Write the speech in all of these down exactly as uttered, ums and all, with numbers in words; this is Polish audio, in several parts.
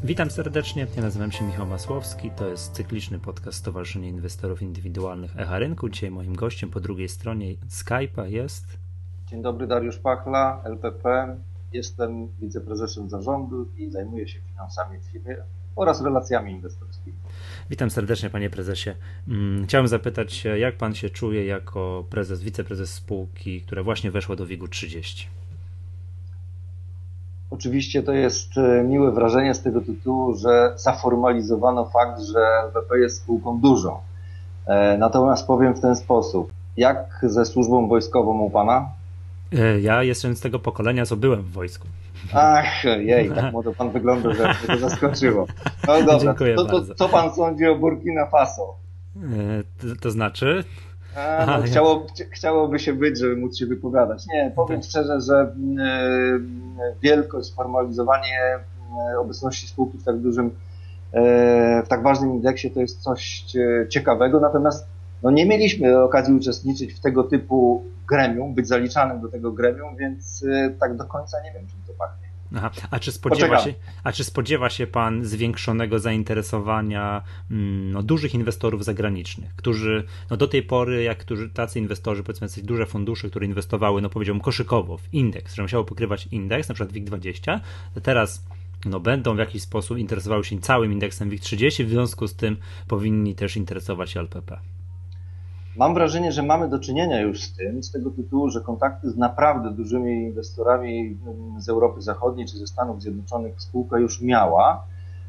Witam serdecznie, ja nazywam się Michał Masłowski, to jest cykliczny podcast Stowarzyszenia Inwestorów Indywidualnych Echa Rynku. Dzisiaj moim gościem po drugiej stronie Skype'a jest... Dzień dobry, Dariusz Pachla, L P P. Jestem wiceprezesem zarządu i zajmuję się finansami w firmie oraz relacjami inwestorskimi. Witam serdecznie, panie prezesie. Chciałem zapytać się, jak pan się czuje jako prezes, wiceprezes spółki, która właśnie weszła do WIG-u trzydzieści? Oczywiście to jest miłe wrażenie z tego tytułu, że zaformalizowano fakt, że L P P jest spółką dużą. Natomiast powiem w ten sposób. Jak ze służbą wojskową u pana? Ja jestem z tego pokolenia, co byłem w wojsku. Ach, jej, tak młodo pan wygląda, że mnie to zaskoczyło. No dobra, Dziękuję to, to, bardzo. Co pan sądzi o Burkina Faso? To, to znaczy? A, no, chciało, chciałoby się być, żeby móc się wypowiadać. Nie, powiem tak. szczerze, że wielkość, sformalizowanie obecności spółki w tak dużym, w tak ważnym indeksie to jest coś ciekawego, natomiast no, nie mieliśmy okazji uczestniczyć w tego typu gremium, być zaliczanym do tego gremium, więc tak do końca nie wiem, czym to pachnie. Aha. A czy spodziewa się, a czy spodziewa się pan zwiększonego zainteresowania no, dużych inwestorów zagranicznych, którzy no, do tej pory, jak którzy, tacy inwestorzy, powiedzmy jakieś duże fundusze, które inwestowały, no powiedziałbym koszykowo w indeks, że musiało pokrywać indeks, na przykład WIG dwadzieścia, to teraz no, będą w jakiś sposób interesowały się całym indeksem WIG trzydzieści, w związku z tym powinni też interesować się L P P. Mam wrażenie, że mamy do czynienia już z tym, z tego tytułu, że kontakty z naprawdę dużymi inwestorami z Europy Zachodniej czy ze Stanów Zjednoczonych spółka już miała.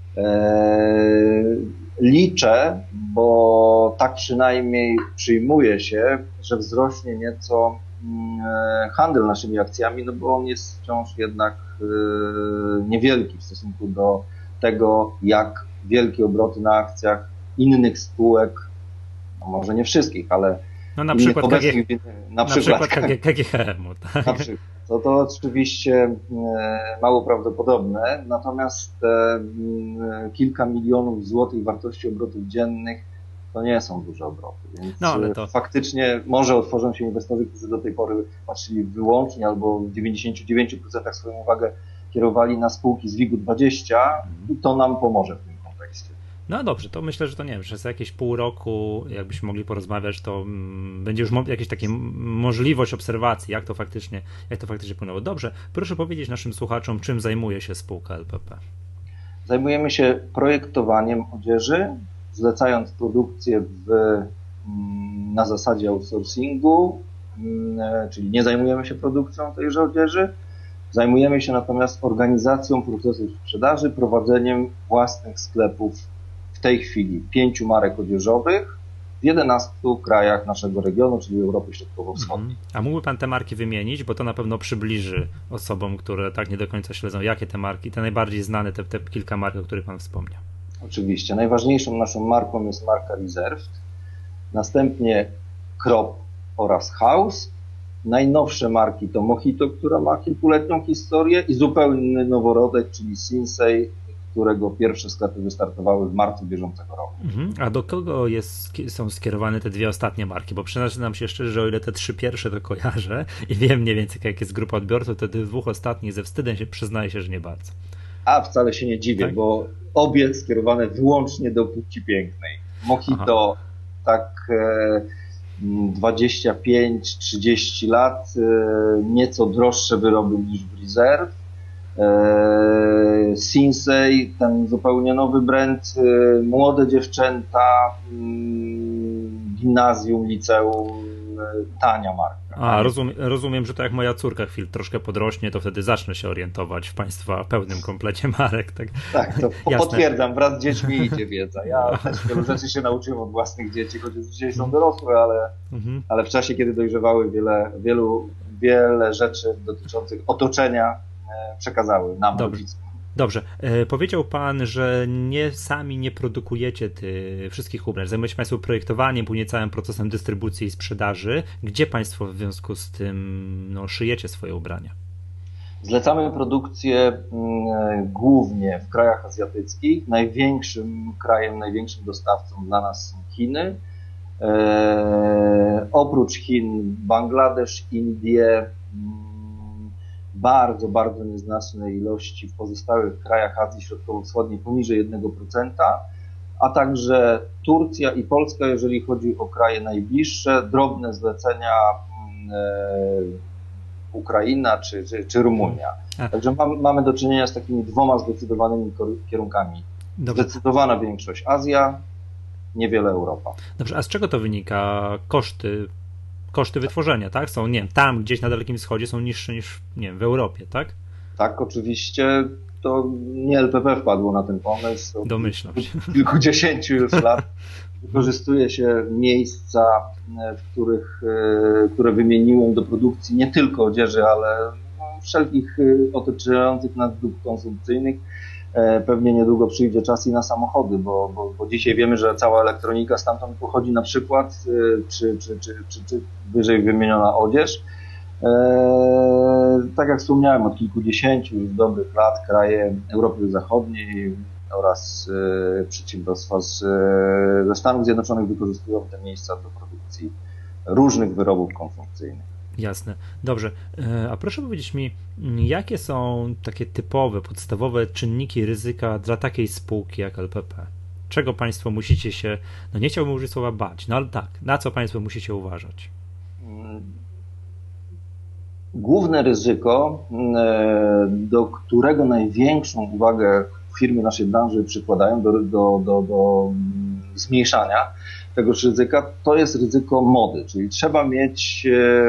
Eee, liczę, bo tak przynajmniej przyjmuje się, że wzrośnie nieco e, handel naszymi akcjami, no bo on jest wciąż jednak e, niewielki w stosunku do tego, jak wielkie obroty na akcjach innych spółek, no może nie wszystkich, ale no na przykład, K G, na przykład, na przykład K G H M-u. Tak? Na przykład. To, to oczywiście mało prawdopodobne, natomiast te kilka milionów złotych wartości obrotów dziennych to nie są duże obroty, więc no, ale to... faktycznie może otworzą się inwestorzy, którzy do tej pory patrzyli wyłącznie albo w dziewięćdziesiąt dziewięć procent swoją uwagę kierowali na spółki z WIG-u dwadzieścia i to nam pomoże w tym kontekście. No dobrze, to myślę, że to nie wiem, przez jakieś pół roku, jakbyśmy mogli porozmawiać, to mm, będzie już mo- jakaś taka możliwość obserwacji, jak to faktycznie, jak to faktycznie płynęło. Dobrze, proszę powiedzieć naszym słuchaczom, czym zajmuje się spółka L P P. Zajmujemy się projektowaniem odzieży, zlecając produkcję w, na zasadzie outsourcingu, czyli nie zajmujemy się produkcją tejże odzieży. Zajmujemy się natomiast organizacją procesu sprzedaży, prowadzeniem własnych sklepów w tej chwili pięciu marek odzieżowych w jedenastu krajach naszego regionu, czyli Europy Środkowo-Wschodniej. A mógłby pan te marki wymienić, bo to na pewno przybliży osobom, które tak nie do końca śledzą, jakie te marki, te najbardziej znane, te, te kilka marek, o których pan wspomniał. Oczywiście. Najważniejszą naszą marką jest marka Reserved, następnie Krop oraz House. Najnowsze marki to Mojito, która ma kilkuletnią historię, i zupełnie noworodek, czyli Sinsei, którego pierwsze sklepy wystartowały w marcu bieżącego roku. Mhm. A do kogo jest, są skierowane te dwie ostatnie marki? Bo przyznam się szczerze, że o ile te trzy pierwsze to kojarzę i wiem mniej więcej jak jest grupa odbiorców, to tych dwóch ostatnich ze wstydem się przyznaję się, że nie bardzo. A wcale się nie dziwię, tak? Bo obie skierowane wyłącznie do płci pięknej. Mojito Aha. tak... E, dwadzieścia pięć trzydzieści lat, nieco droższe wyroby niż w Reserve. Sinsei, ten zupełnie nowy brand, młode dziewczęta, gimnazjum, liceum, tania marka. A, rozumiem, rozumiem, że to jak moja córka chwil troszkę podrośnie, to wtedy zacznę się orientować w państwa pełnym komplecie marek. Tak, tak to potwierdzam, wraz z dziećmi idzie wiedza. Ja też wielu rzeczy się nauczyłem od własnych dzieci, chociaż dzisiaj są dorosłe, ale, mhm. ale w czasie, kiedy dojrzewały, wiele, wielu, wiele rzeczy dotyczących otoczenia przekazały nam, rodzicom. Dobrze. E, powiedział pan, że nie sami nie produkujecie ty, wszystkich ubrań. Zajmujecie państwo projektowaniem, później całym procesem dystrybucji i sprzedaży. Gdzie państwo w związku z tym no, szyjecie swoje ubrania? Zlecamy produkcję y, głównie w krajach azjatyckich. Największym krajem, największym dostawcą dla nas są Chiny. E, oprócz Chin Bangladesz, Indie, bardzo, bardzo nieznacznej ilości w pozostałych krajach Azji Środkowo-Wschodniej poniżej jednego procenta, a także Turcja i Polska, jeżeli chodzi o kraje najbliższe, drobne zlecenia Ukraina czy, czy, czy Rumunia. Także mamy, mamy do czynienia z takimi dwoma zdecydowanymi kierunkami. Dobrze. Zdecydowana większość Azja, niewiele Europa. Dobrze, a z czego to wynika? Koszty, koszty wytworzenia, tak? Są, nie wiem, tam gdzieś na Dalekim Wschodzie są niższe niż, nie wiem, w Europie, tak? Tak, oczywiście. To nie L P P wpadło na ten pomysł. Domyślam się. Kilkudziesięciu już lat wykorzystuje się miejsca, w których, które wymieniłem do produkcji nie tylko odzieży, ale wszelkich otaczających nas dóbr konsumpcyjnych. Pewnie niedługo przyjdzie czas i na samochody, bo, bo, bo dzisiaj wiemy, że cała elektronika stamtąd pochodzi na przykład, czy, czy, czy, czy, czy wyżej wymieniona odzież. Tak jak wspomniałem, od kilkudziesięciu już dobrych lat kraje Europy Zachodniej oraz przedsiębiorstwa z, ze Stanów Zjednoczonych wykorzystują te miejsca do produkcji różnych wyrobów konsumpcyjnych. Jasne. Dobrze. A proszę powiedzieć mi, jakie są takie typowe, podstawowe czynniki ryzyka dla takiej spółki jak L P P? Czego Państwo musicie się, no nie chciałbym użyć słowa bać, no ale tak, na co Państwo musicie uważać? Główne ryzyko, do którego największą uwagę firmy naszej branży przykładają do, do, do, do zmniejszania tegoż ryzyka, to jest ryzyko mody, czyli trzeba mieć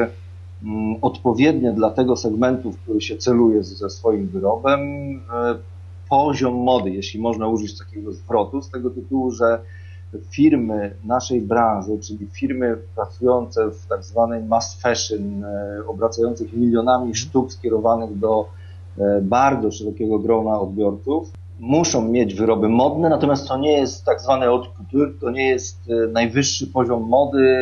odpowiednie dla tego segmentu, w który się celuje ze swoim wyrobem, poziom mody, jeśli można użyć takiego zwrotu, z tego tytułu, że firmy naszej branży, czyli firmy pracujące w tak zwanej mass fashion, obracających milionami sztuk skierowanych do bardzo szerokiego grona odbiorców, muszą mieć wyroby modne, natomiast to nie jest tak zwany haute couture, to nie jest najwyższy poziom mody,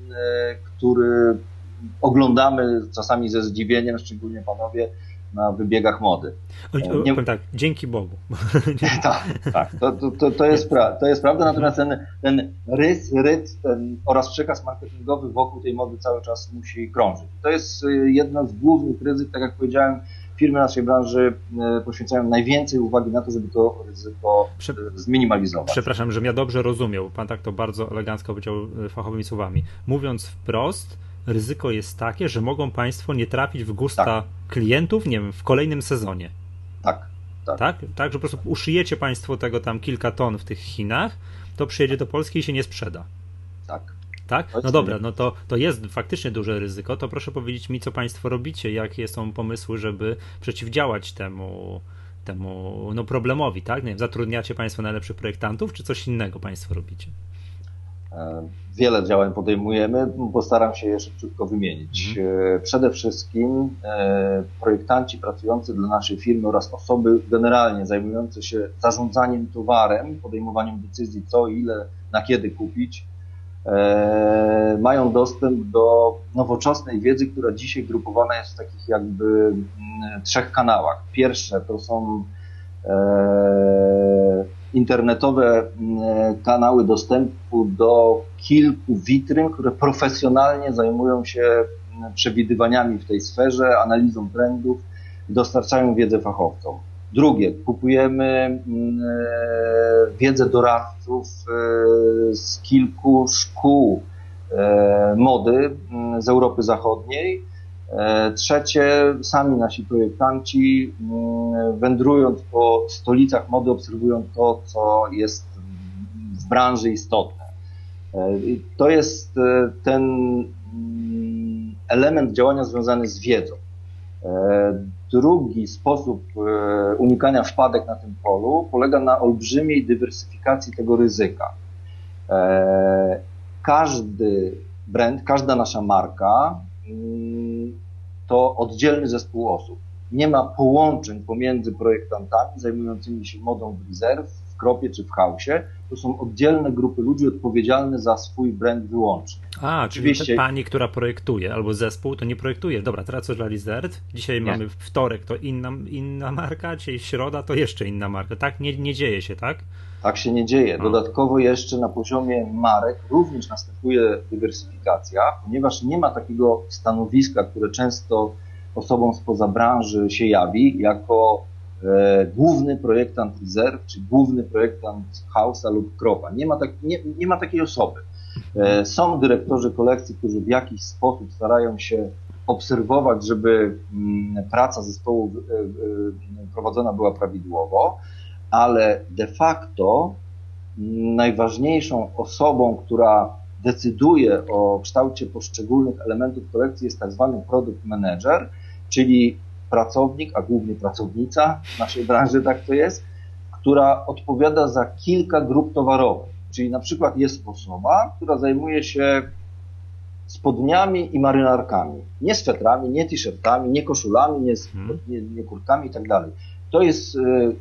który oglądamy czasami ze zdziwieniem, szczególnie panowie, na wybiegach mody. O, nie... Tak, dzięki Bogu. tak, tak, to, to, to, jest pra... to jest prawda, natomiast ten, ten rys, rytm ten, oraz przekaz marketingowy wokół tej mody cały czas musi krążyć. To jest jedno z głównych ryzyk, tak jak powiedziałem, firmy naszej branży poświęcają najwięcej uwagi na to, żeby to ryzyko Prze... zminimalizować. Przepraszam, żebym ja dobrze rozumiał, pan tak to bardzo elegancko powiedział fachowymi słowami. Mówiąc wprost, ryzyko jest takie, że mogą Państwo nie trafić w gusta tak. klientów, nie wiem, w kolejnym sezonie. Tak, tak. Tak? Tak, że po prostu uszyjecie Państwo tego tam kilka ton w tych Chinach, to przyjedzie do Polski i się nie sprzeda. Tak. Tak? No dobra, no to, to jest faktycznie duże ryzyko, to proszę powiedzieć mi, co Państwo robicie, jakie są pomysły, żeby przeciwdziałać temu, temu no problemowi, tak? Nie wiem, zatrudniacie Państwo najlepszych projektantów, czy coś innego Państwo robicie? Wiele działań podejmujemy, postaram się je szybciutko wymienić. Mhm. Przede wszystkim projektanci pracujący dla naszej firmy oraz osoby generalnie zajmujące się zarządzaniem towarem, podejmowaniem decyzji co, ile, na kiedy kupić, mają dostęp do nowoczesnej wiedzy, która dzisiaj grupowana jest w takich jakby trzech kanałach. Pierwsze to są internetowe kanały dostępu do kilku witryn, które profesjonalnie zajmują się przewidywaniami w tej sferze, analizą trendów, dostarczają wiedzę fachowcom. Drugie, kupujemy wiedzę doradców z kilku szkół mody z Europy Zachodniej. Trzecie, sami nasi projektanci, wędrując po stolicach mody, obserwują to, co jest w branży istotne. To jest ten element działania związany z wiedzą. Drugi sposób unikania wpadek na tym polu polega na olbrzymiej dywersyfikacji tego ryzyka. Każdy brand, każda nasza marka to oddzielny zespół osób. Nie ma połączeń pomiędzy projektantami zajmującymi się modą w Reserve, w Kropie czy w Hausie. To są oddzielne grupy ludzi odpowiedzialne za swój brand wyłącznie. A, Oczywiście... czyli pani, która projektuje, albo zespół, to nie projektuje. Dobra, teraz co dla Reserve? Dzisiaj nie. mamy wtorek, to inna, inna marka, dzisiaj środa, to jeszcze inna marka. Tak nie, nie dzieje się, tak? Tak się nie dzieje. Dodatkowo jeszcze na poziomie marek również następuje dywersyfikacja, ponieważ nie ma takiego stanowiska, które często osobą spoza branży się jawi jako e, główny projektant rezerw, czy główny projektant house'a lub kropa. Nie ma, tak, nie, nie ma takiej osoby. E, są dyrektorzy kolekcji, którzy w jakiś sposób starają się obserwować, żeby m, praca zespołu e, e, prowadzona była prawidłowo, ale de facto m, najważniejszą osobą, która decyduje o kształcie poszczególnych elementów kolekcji, jest tak zwany product manager, czyli pracownik, a głównie pracownica w naszej branży, tak to jest, która odpowiada za kilka grup towarowych. Czyli na przykład jest osoba, która zajmuje się spodniami i marynarkami. Nie swetrami, nie t-shirtami, nie koszulami, nie, nie, nie kurtkami i tak dalej. To jest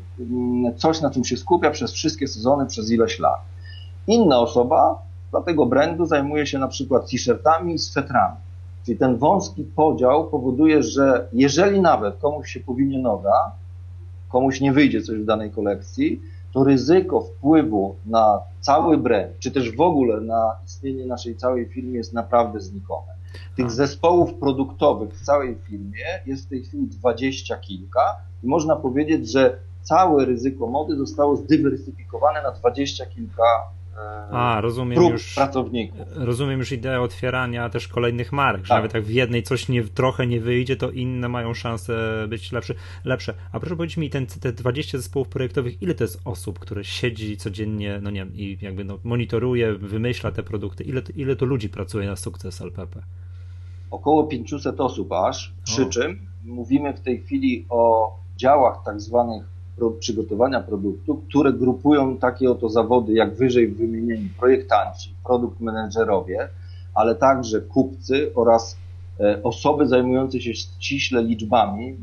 coś, na czym się skupia przez wszystkie sezony, przez ileś lat. Inna osoba dla tego brandu zajmuje się na przykład t-shirtami i swetrami. Czyli ten wąski podział powoduje, że jeżeli nawet komuś się powinie noga, komuś nie wyjdzie coś w danej kolekcji, to ryzyko wpływu na cały brand, czy też w ogóle na istnienie naszej całej firmy jest naprawdę znikome. Tych zespołów produktowych w całej firmie jest w tej chwili dwadzieścia kilka i można powiedzieć, że całe ryzyko mody zostało zdywersyfikowane na dwadzieścia kilka A, rozumiem grup już, pracowników. Rozumiem już ideę otwierania też kolejnych marek, że Tak. nawet jak w jednej coś nie, trochę nie wyjdzie, to inne mają szansę być lepsze. lepsze. A proszę powiedzieć mi, ten, te dwadzieścia zespołów projektowych, ile to jest osób, które siedzi codziennie, no nie wiem, i jakby no, monitoruje, wymyśla te produkty, ile, ile to ludzi pracuje na sukces L P P? Około pięćset osób aż, przy O. czym mówimy w tej chwili o działach tak zwanych przygotowania produktu, które grupują takie oto zawody, jak wyżej wymienieni projektanci, produkt menedżerowie, ale także kupcy oraz osoby zajmujące się ściśle liczbami.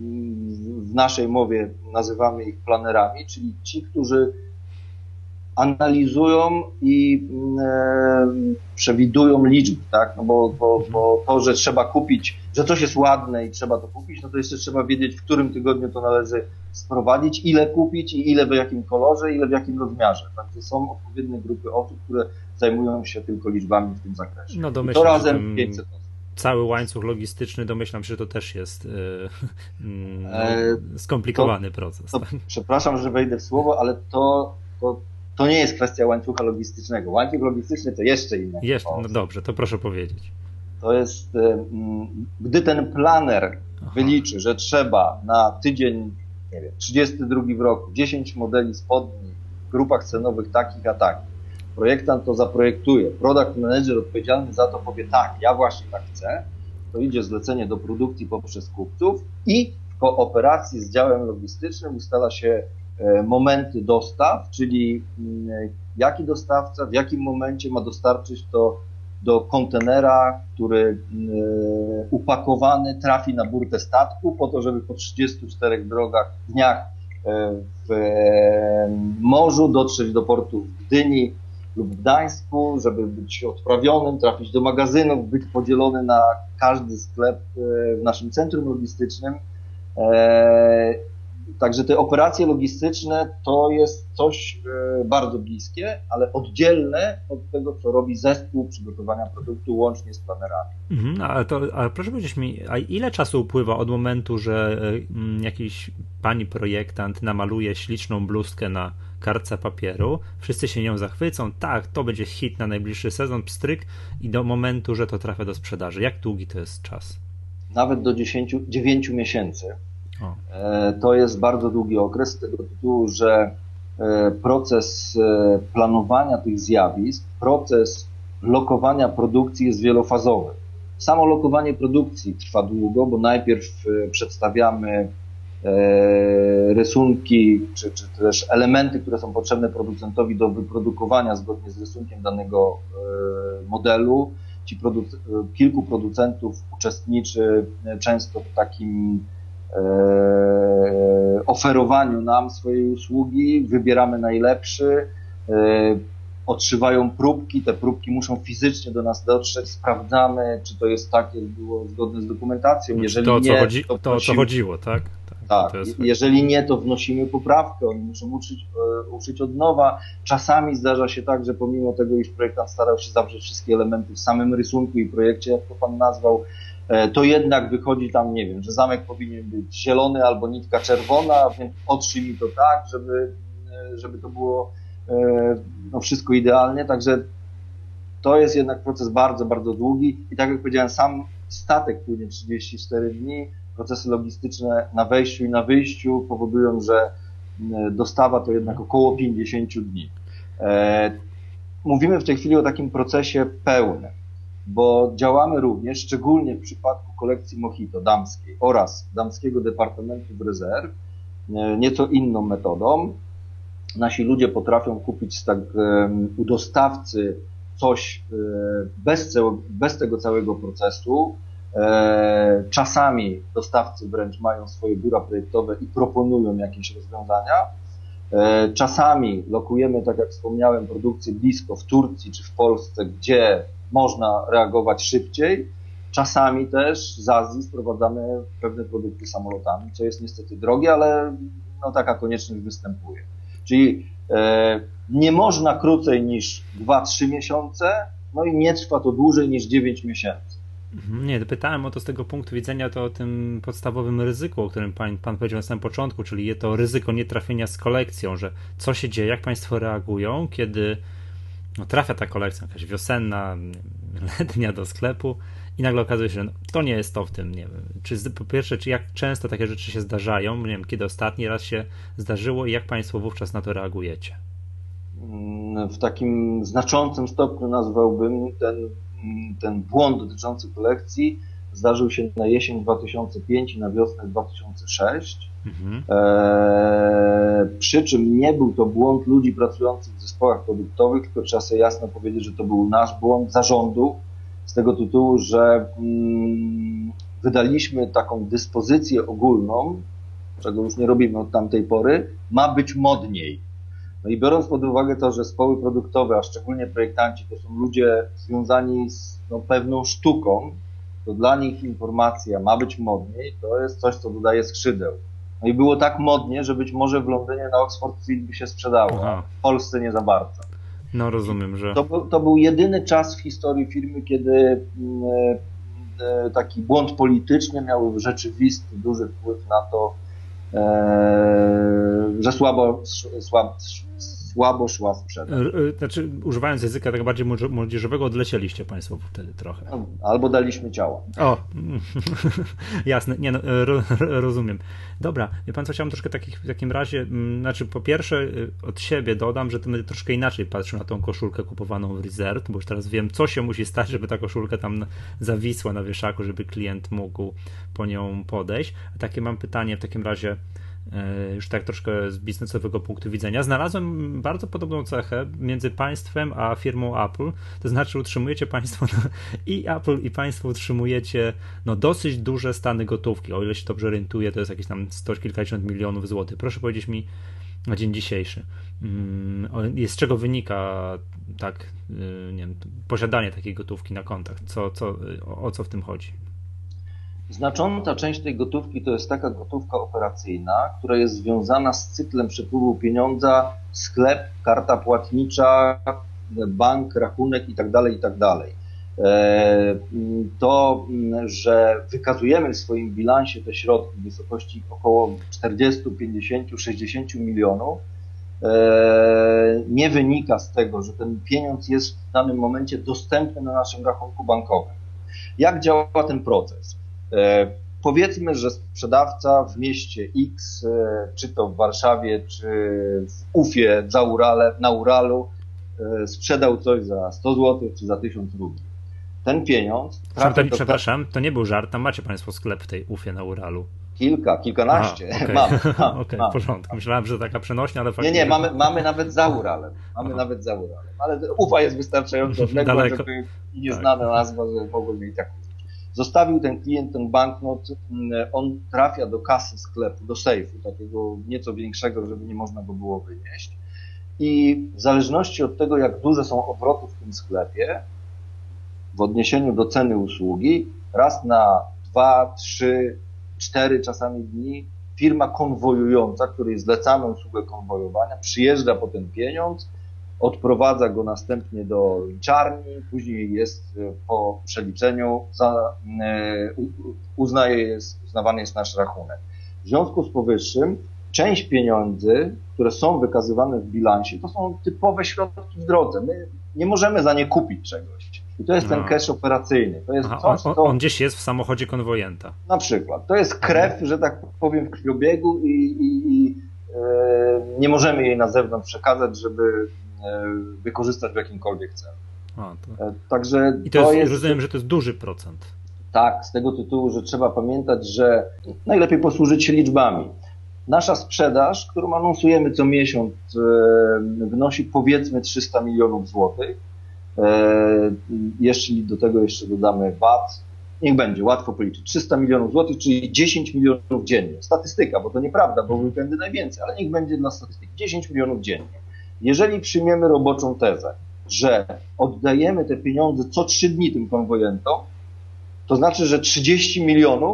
W naszej mowie nazywamy ich planerami, czyli ci, którzy analizują i e, przewidują liczby, tak? No bo, bo, bo to, że trzeba kupić, że coś jest ładne i trzeba to kupić, no to jeszcze trzeba wiedzieć, w którym tygodniu to należy sprowadzić, ile kupić i ile w jakim kolorze, ile w jakim rozmiarze. Także są odpowiednie grupy osób, które zajmują się tylko liczbami w tym zakresie. No I to razem pięćset osób. Cały łańcuch logistyczny, domyślam się, że to też jest yy, no, e, skomplikowany to, proces. To, tak? Przepraszam, że wejdę w słowo, ale to, to To nie jest kwestia łańcucha logistycznego. Łańcuch logistyczny to jeszcze inne. Jeszcze, no dobrze, to proszę powiedzieć. To jest, gdy ten planer Aha. wyliczy, że trzeba na tydzień, nie wiem, trzydziesty drugi w roku, dziesięć modeli spodni w grupach cenowych takich a takich, projektant to zaprojektuje, product manager odpowiedzialny za to powie tak, ja właśnie tak chcę, to idzie zlecenie do produkcji poprzez kupców i w kooperacji z działem logistycznym ustala się momenty dostaw, czyli jaki dostawca w jakim momencie ma dostarczyć to do kontenera, który upakowany trafi na burtę statku po to, żeby po trzydziestu czterech drogach, dniach w morzu dotrzeć do portu w Gdyni lub w Gdańsku, żeby być odprawionym, trafić do magazynów, być podzielony na każdy sklep w naszym centrum logistycznym. Także te operacje logistyczne to jest coś bardzo bliskie, ale oddzielne od tego, co robi zespół przygotowania produktu łącznie z planerami. Mhm, a, to, a proszę powiedzieć mi, a ile czasu upływa od momentu, że jakiś pani projektant namaluje śliczną bluzkę na kartce papieru, wszyscy się nią zachwycą, tak, to będzie hit na najbliższy sezon, pstryk, i do momentu, że to trafia do sprzedaży. Jak długi to jest czas? Nawet do dziesięciu, dziewięciu miesięcy. O. To jest bardzo długi okres z tego tytułu, że proces planowania tych zjawisk, proces lokowania produkcji jest wielofazowy. Samo lokowanie produkcji trwa długo, bo najpierw przedstawiamy rysunki, czy, czy też elementy, które są potrzebne producentowi do wyprodukowania zgodnie z rysunkiem danego modelu. Ci produc- kilku producentów uczestniczy często w takim oferowaniu nam swojej usługi, wybieramy najlepszy, odszywają próbki, te próbki muszą fizycznie do nas dotrzeć, sprawdzamy, czy to jest tak, jak było zgodne z dokumentacją. Jeżeli to, nie, co chodzi, to, to, prosimy, co chodziło, tak? tak? Tak, jeżeli nie, to wnosimy poprawkę, oni muszą uczyć, uczyć od nowa. Czasami zdarza się tak, że pomimo tego, iż projektant starał się zawrzeć wszystkie elementy w samym rysunku i projekcie, jak to pan nazwał, to jednak wychodzi tam, nie wiem, że zamek powinien być zielony albo nitka czerwona, więc otrzyj mi to tak, żeby, żeby to było no, wszystko idealnie, także to jest jednak proces bardzo, bardzo długi i tak jak powiedziałem, sam statek płynie trzydzieści cztery dni, procesy logistyczne na wejściu i na wyjściu powodują, że dostawa to jednak około pięćdziesiąt dni. Mówimy w tej chwili o takim procesie pełnym, bo działamy również, szczególnie w przypadku kolekcji Mojito damskiej oraz damskiego Departamentu Rezerw, nieco inną metodą. Nasi ludzie potrafią kupić tak, u dostawcy coś bez, bez tego całego procesu. Czasami dostawcy wręcz mają swoje biura projektowe i proponują jakieś rozwiązania. Czasami lokujemy, tak jak wspomniałem, produkcję blisko w Turcji czy w Polsce, gdzie można reagować szybciej. Czasami też z Azji sprowadzamy pewne produkty samolotami, co jest niestety drogie, ale no, taka konieczność występuje. Czyli e, nie można krócej niż dwa trzy miesiące, no i nie trwa to dłużej niż dziewięć miesięcy. Nie, pytałem o to z tego punktu widzenia, to o tym podstawowym ryzyku, o którym pan, pan powiedział na samym początku, czyli to ryzyko nietrafienia z kolekcją, że co się dzieje, jak państwo reagują, kiedy no, trafia ta kolekcja, jakaś wiosenna, letnia do sklepu i nagle okazuje się, że no, to nie jest to w tym, nie wiem, czy po pierwsze, czy jak często takie rzeczy się zdarzają, nie wiem, kiedy ostatni raz się zdarzyło i jak państwo wówczas na to reagujecie? W takim znaczącym stopniu nazwałbym ten, ten błąd dotyczący kolekcji zdarzył się na jesień dwa tysiące piąty i na wiosnę dwa tysiące szósty. Mhm. Eee, przy czym nie był to błąd ludzi pracujących w zespołach produktowych, tylko trzeba sobie jasno powiedzieć, że to był nasz błąd zarządu, z tego tytułu, że mm, wydaliśmy taką dyspozycję ogólną, czego już nie robimy od tamtej pory, ma być modniej. No i biorąc pod uwagę to, że zespoły produktowe, a szczególnie projektanci, to są ludzie związani z no, pewną sztuką, to dla nich informacja ma być modniej, to jest coś, co dodaje skrzydeł. No i było tak modnie, że być może w Londynie na Oxford Street by się sprzedało, Aha. a w Polsce nie za bardzo. No rozumiem, że... To, to był jedyny czas w historii firmy, kiedy e, taki błąd polityczny miał rzeczywisty, duży wpływ na to, e, że słabo, słabo, słabo szła sprzedaż. Znaczy, używając języka tak bardziej młodzieżowego, odlecieliście państwo wtedy trochę. No, albo daliśmy ciała. O, jasne, nie no, ro, rozumiem. Dobra, wie pan co, chciałem troszkę takich, w takim razie, znaczy po pierwsze od siebie dodam, że będę troszkę inaczej patrzył na tą koszulkę kupowaną w Reserved, bo już teraz wiem, co się musi stać, żeby ta koszulka tam zawisła na wieszaku, żeby klient mógł po nią podejść. A takie mam pytanie w takim razie, już tak troszkę z biznesowego punktu widzenia. Znalazłem bardzo podobną cechę między państwem a firmą Apple, to znaczy utrzymujecie państwo no, i Apple i państwo utrzymujecie no, dosyć duże stany gotówki, o ile się dobrze orientuję, to jest jakieś tam sto kilkadziesiąt milionów złotych. Proszę powiedzieć mi na dzień dzisiejszy, z czego wynika tak, nie wiem, posiadanie takiej gotówki na kontach, co, co, o, o co w tym chodzi? Znacząca część tej gotówki to jest taka gotówka operacyjna, która jest związana z cyklem przepływu pieniądza, sklep, karta płatnicza, bank, rachunek itd., itd. To, że wykazujemy w swoim bilansie te środki w wysokości około czterdzieści, pięćdziesiąt, sześćdziesiąt milionów, nie wynika z tego, że ten pieniądz jest w danym momencie dostępny na naszym rachunku bankowym. Jak działa ten proces? Powiedzmy, że sprzedawca w mieście X, czy to w Warszawie, czy w Ufie za Urale, na Uralu, sprzedał coś za sto złotych, czy za tysiąc rubli. Ten pieniądz... To, do... Przepraszam, to nie był żart, tam macie państwo sklep w tej Ufie na Uralu. Kilka, kilkanaście. Aha, okay. Mamy. Okej, okay, w porządku. Myślałem, że taka przenośnia, ale faktycznie... Nie, nie, mamy, mamy nawet za Uralem. Mamy Aha. nawet za Uralem. Ale Ufa jest wystarczająco odległa, żeby nieznana tak. nazwa, że mogłoby i tak. Zostawił ten klient ten banknot, on trafia do kasy sklepu, do sejfu, takiego nieco większego, żeby nie można go było wynieść. I w zależności od tego, jak duże są obroty w tym sklepie, w odniesieniu do ceny usługi, raz na dwa, trzy, cztery czasami dni firma konwojująca, której zlecamy usługę konwojowania, przyjeżdża po ten pieniądz, odprowadza go następnie do liczarni, później jest po przeliczeniu, za, uznaje jest, uznawany jest nasz rachunek. W związku z powyższym część pieniędzy, które są wykazywane w bilansie, to są typowe środki w drodze. My nie możemy za nie kupić czegoś. I to jest ten cash operacyjny. To jest Aha, coś, on, co... on gdzieś jest w samochodzie konwojenta. Na przykład. To jest krew, że tak powiem, w krwiobiegu i, i, i e, nie możemy jej na zewnątrz przekazać, żeby e, wykorzystać w jakimkolwiek celu. A, to... e, Także I to, to jest, jest, rozumiem, że to jest duży procent. Tak, z tego tytułu, że trzeba pamiętać, że najlepiej posłużyć się liczbami. Nasza sprzedaż, którą anonsujemy co miesiąc, wynosi powiedzmy trzysta milionów złotych. Jeśli do tego jeszcze dodamy V A T, niech będzie, łatwo policzyć. trzysta milionów złotych, czyli dziesięć milionów dziennie. Statystyka, bo to nieprawda, bo w weekendy najwięcej, ale niech będzie dla statystyki. dziesięć milionów dziennie. Jeżeli przyjmiemy roboczą tezę, że oddajemy te pieniądze co trzy dni tym konwojentom, to znaczy, że trzydzieści milionów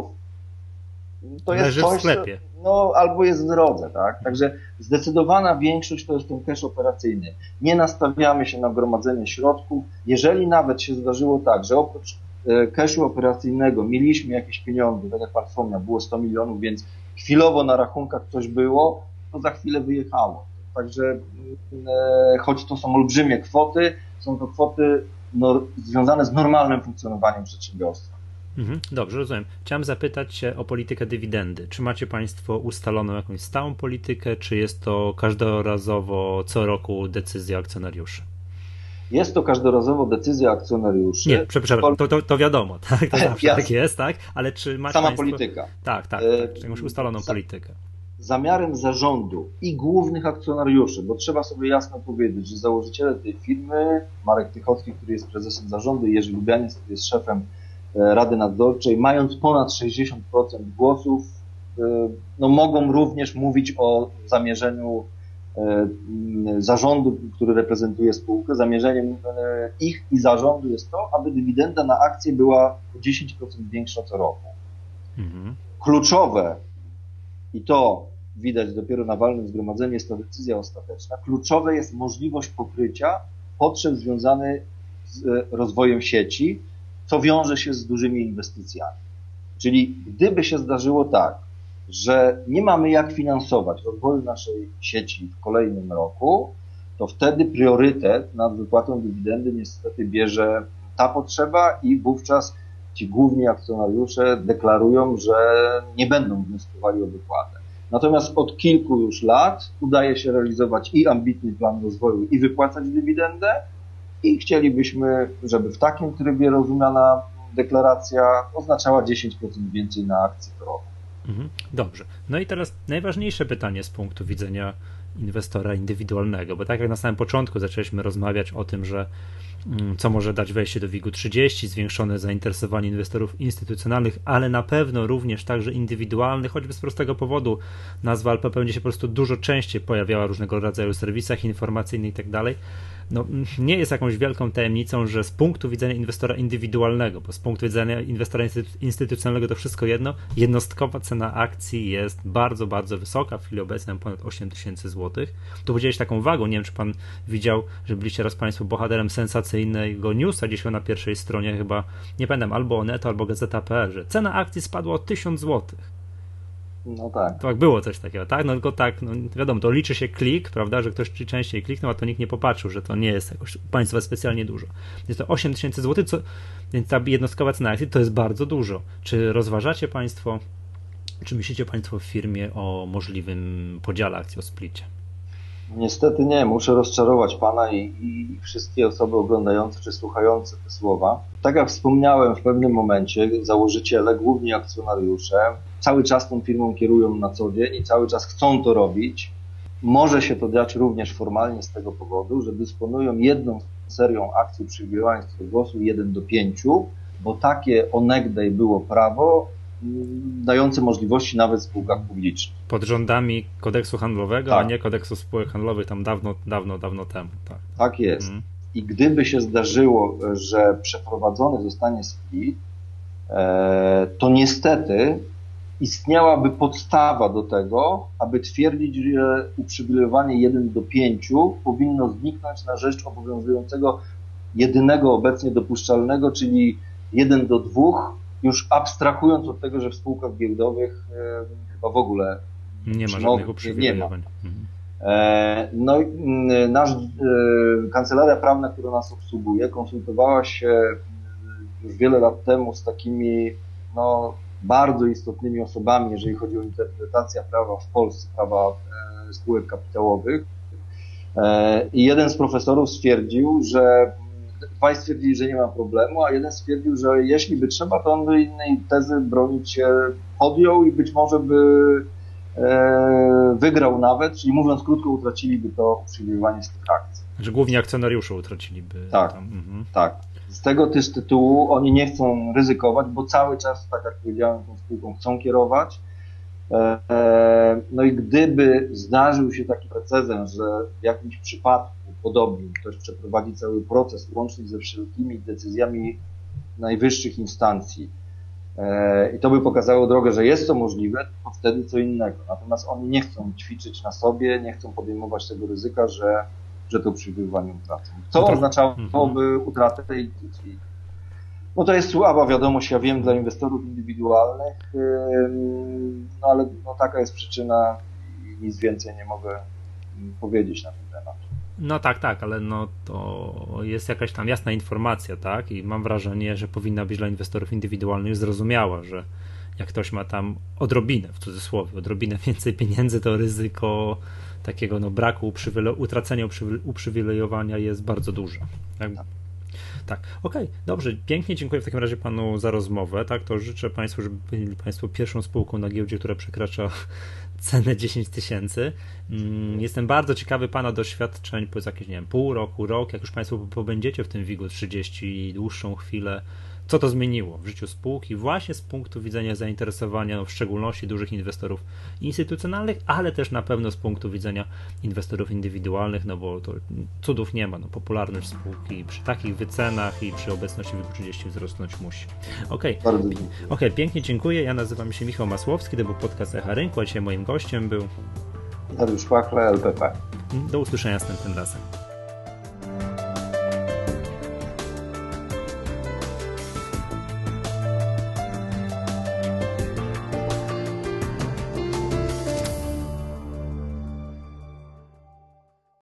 to jest leży coś, w sklepie. No, albo jest w drodze, tak? Także zdecydowana większość to jest ten cash operacyjny. Nie nastawiamy się na gromadzenie środków. Jeżeli nawet się zdarzyło tak, że oprócz cashu operacyjnego mieliśmy jakieś pieniądze, tak jak Pan wspomniał, było sto milionów, więc chwilowo na rachunkach coś było, to za chwilę wyjechało. Także e, choć to są olbrzymie kwoty, są to kwoty no, związane z normalnym funkcjonowaniem przedsiębiorstwa. Dobrze, rozumiem. Chciałem zapytać się o politykę dywidendy. Czy macie Państwo ustaloną jakąś stałą politykę, czy jest to każdorazowo, co roku decyzja akcjonariuszy? Jest to każdorazowo decyzja akcjonariuszy. Nie, przepraszam, to, to, to wiadomo, tak? To zawsze tak jest, tak? Ale czy macie Sama Państwo... polityka. Tak, tak, tak. Jakąś ustaloną Za... politykę. Zamiarem zarządu i głównych akcjonariuszy, bo trzeba sobie jasno powiedzieć, że założyciele tej firmy, Marek Tychocki, który jest prezesem zarządu, i Jerzy Lubianiec, który jest szefem Rady Nadzorczej, mając ponad sześćdziesiąt procent głosów, no mogą również mówić o zamierzeniu zarządu, który reprezentuje spółkę. Zamierzeniem ich i zarządu jest to, aby dywidenda na akcję była o dziesięć procent większa co roku. Mhm. Kluczowe, i to widać dopiero na walnym zgromadzeniu, jest to decyzja ostateczna, kluczowe jest możliwość pokrycia potrzeb związanych z rozwojem sieci, co wiąże się z dużymi inwestycjami. Czyli gdyby się zdarzyło tak, że nie mamy jak finansować rozwoju naszej sieci w kolejnym roku, to wtedy priorytet nad wypłatą dywidendy niestety bierze ta potrzeba i wówczas ci główni akcjonariusze deklarują, że nie będą wnioskowali o wypłatę. Natomiast od kilku już lat udaje się realizować i ambitny plan rozwoju, i wypłacać dywidendę, i chcielibyśmy, żeby w takim trybie rozumiana deklaracja oznaczała dziesięć procent więcej na akcji co roku. Dobrze. No i teraz najważniejsze pytanie z punktu widzenia inwestora indywidualnego, bo tak jak na samym początku zaczęliśmy rozmawiać o tym, że co może dać wejście do WIG-u trzydzieści, zwiększone zainteresowanie inwestorów instytucjonalnych, ale na pewno również także indywidualnych, choćby z prostego powodu nazwa L P P będzie się po prostu dużo częściej pojawiała w różnego rodzaju serwisach informacyjnych i tak dalej. No, nie jest jakąś wielką tajemnicą, że z punktu widzenia inwestora indywidualnego, bo z punktu widzenia inwestora instytucjonalnego to wszystko jedno, jednostkowa cena akcji jest bardzo, bardzo wysoka, w chwili obecnej ponad osiem tysięcy złotych. Tu podzielić taką wagą, nie wiem, czy pan widział, że byliście raz państwo bohaterem sensacyjnego newsa dzisiaj na pierwszej stronie, chyba, nie pamiętam, albo Oneto, albo Gazeta kropka pe el, że cena akcji spadła o tysiąc złotych. No tak. Tak, było coś takiego, tak? No tylko tak, no wiadomo, to liczy się klik, prawda, że ktoś częściej kliknął, a to nikt nie popatrzył, że to nie jest jakoś u państwa specjalnie dużo. Jest to osiem tysięcy złotych, co, więc ta jednostkowa cena akcji to jest bardzo dużo. Czy rozważacie państwo, czy myślicie państwo w firmie o możliwym podziale akcji, o splicie? Niestety nie, muszę rozczarować pana i, i wszystkie osoby oglądające czy słuchające te słowa. Tak jak wspomniałem w pewnym momencie, założyciele, główni akcjonariusze cały czas tą firmą kierują na co dzień i cały czas chcą to robić. Może się to dziać również formalnie z tego powodu, że dysponują jedną serią akcji przybywających do głosu jeden do pięciu, bo takie onegdaj było prawo dające możliwości nawet w spółkach publicznych. Pod rządami kodeksu handlowego, tak, a nie kodeksu spółek handlowych tam dawno, dawno, dawno temu. Tak, tak jest. Mhm. I gdyby się zdarzyło, że przeprowadzony zostanie split, to niestety istniałaby podstawa do tego, aby twierdzić, że uprzywilejowanie jeden do pięciu powinno zniknąć na rzecz obowiązującego jedynego obecnie dopuszczalnego, czyli jeden do dwóch, już abstrahując od tego, że w spółkach giełdowych e, chyba w ogóle nie ma żadnych uprzywilejowań. E, no i nasz e, kancelaria prawna, która nas obsługuje, konsultowała się już wiele lat temu z takimi no, bardzo istotnymi osobami, jeżeli chodzi o interpretację prawa w Polsce, prawa e, spółek kapitałowych. E, I jeden z profesorów stwierdził, że dwaj stwierdzili, że nie ma problemu, a jeden stwierdził, że jeśli by trzeba, to on by innej tezy bronić się podjął i być może by e, wygrał nawet, czyli mówiąc krótko, utraciliby to uprzywilejowanie z tych akcji. Że głównie akcjonariusze utraciliby. Tak, tam. Mhm. tak. Z tego też tytułu oni nie chcą ryzykować, bo cały czas, tak jak powiedziałem, tą spółką chcą kierować. No i gdyby zdarzył się taki precedens, że w jakimś przypadku podobnym ktoś przeprowadzi cały proces łącznie ze wszelkimi decyzjami najwyższych instancji i to by pokazało drogę, że jest to możliwe, to wtedy co innego. Natomiast oni nie chcą ćwiczyć na sobie, nie chcą podejmować tego ryzyka, że że to uprzywilejowanie utracą. Co to oznaczałoby utratę tej instytucji? No to jest słaba wiadomość, ja wiem, dla inwestorów indywidualnych, no ale no taka jest przyczyna i nic więcej nie mogę powiedzieć na ten temat. No tak, tak, ale no to jest jakaś tam jasna informacja, tak? I mam wrażenie, że powinna być dla inwestorów indywidualnych zrozumiała, że jak ktoś ma tam odrobinę, w cudzysłowie, odrobinę więcej pieniędzy, to ryzyko takiego no, braku, uprzywile- utracenia uprzywilejowania jest bardzo duże. Tak, tak. Okej, okay, dobrze, pięknie dziękuję w takim razie panu za rozmowę, tak, to życzę państwu, żeby byli państwo pierwszą spółką na giełdzie, która przekracza cenę dziesięć tysięcy. Jestem bardzo ciekawy pana doświadczeń, powiedz jakieś, nie wiem, pół roku, rok, jak już państwo pobędziecie w tym WIG-u trzydzieści i dłuższą chwilę, co to zmieniło w życiu spółki właśnie z punktu widzenia zainteresowania, no w szczególności dużych inwestorów instytucjonalnych, ale też na pewno z punktu widzenia inwestorów indywidualnych, no bo to cudów nie ma, no popularność spółki przy takich wycenach i przy obecności WIG trzydzieści wzrosnąć musi. Okej, okay. okay, pięknie dziękuję, ja nazywam się Michał Masłowski, to był podcast Echa Rynku, a dzisiaj moim gościem był Dariusz Pachler, L P P. Do usłyszenia następnym razem.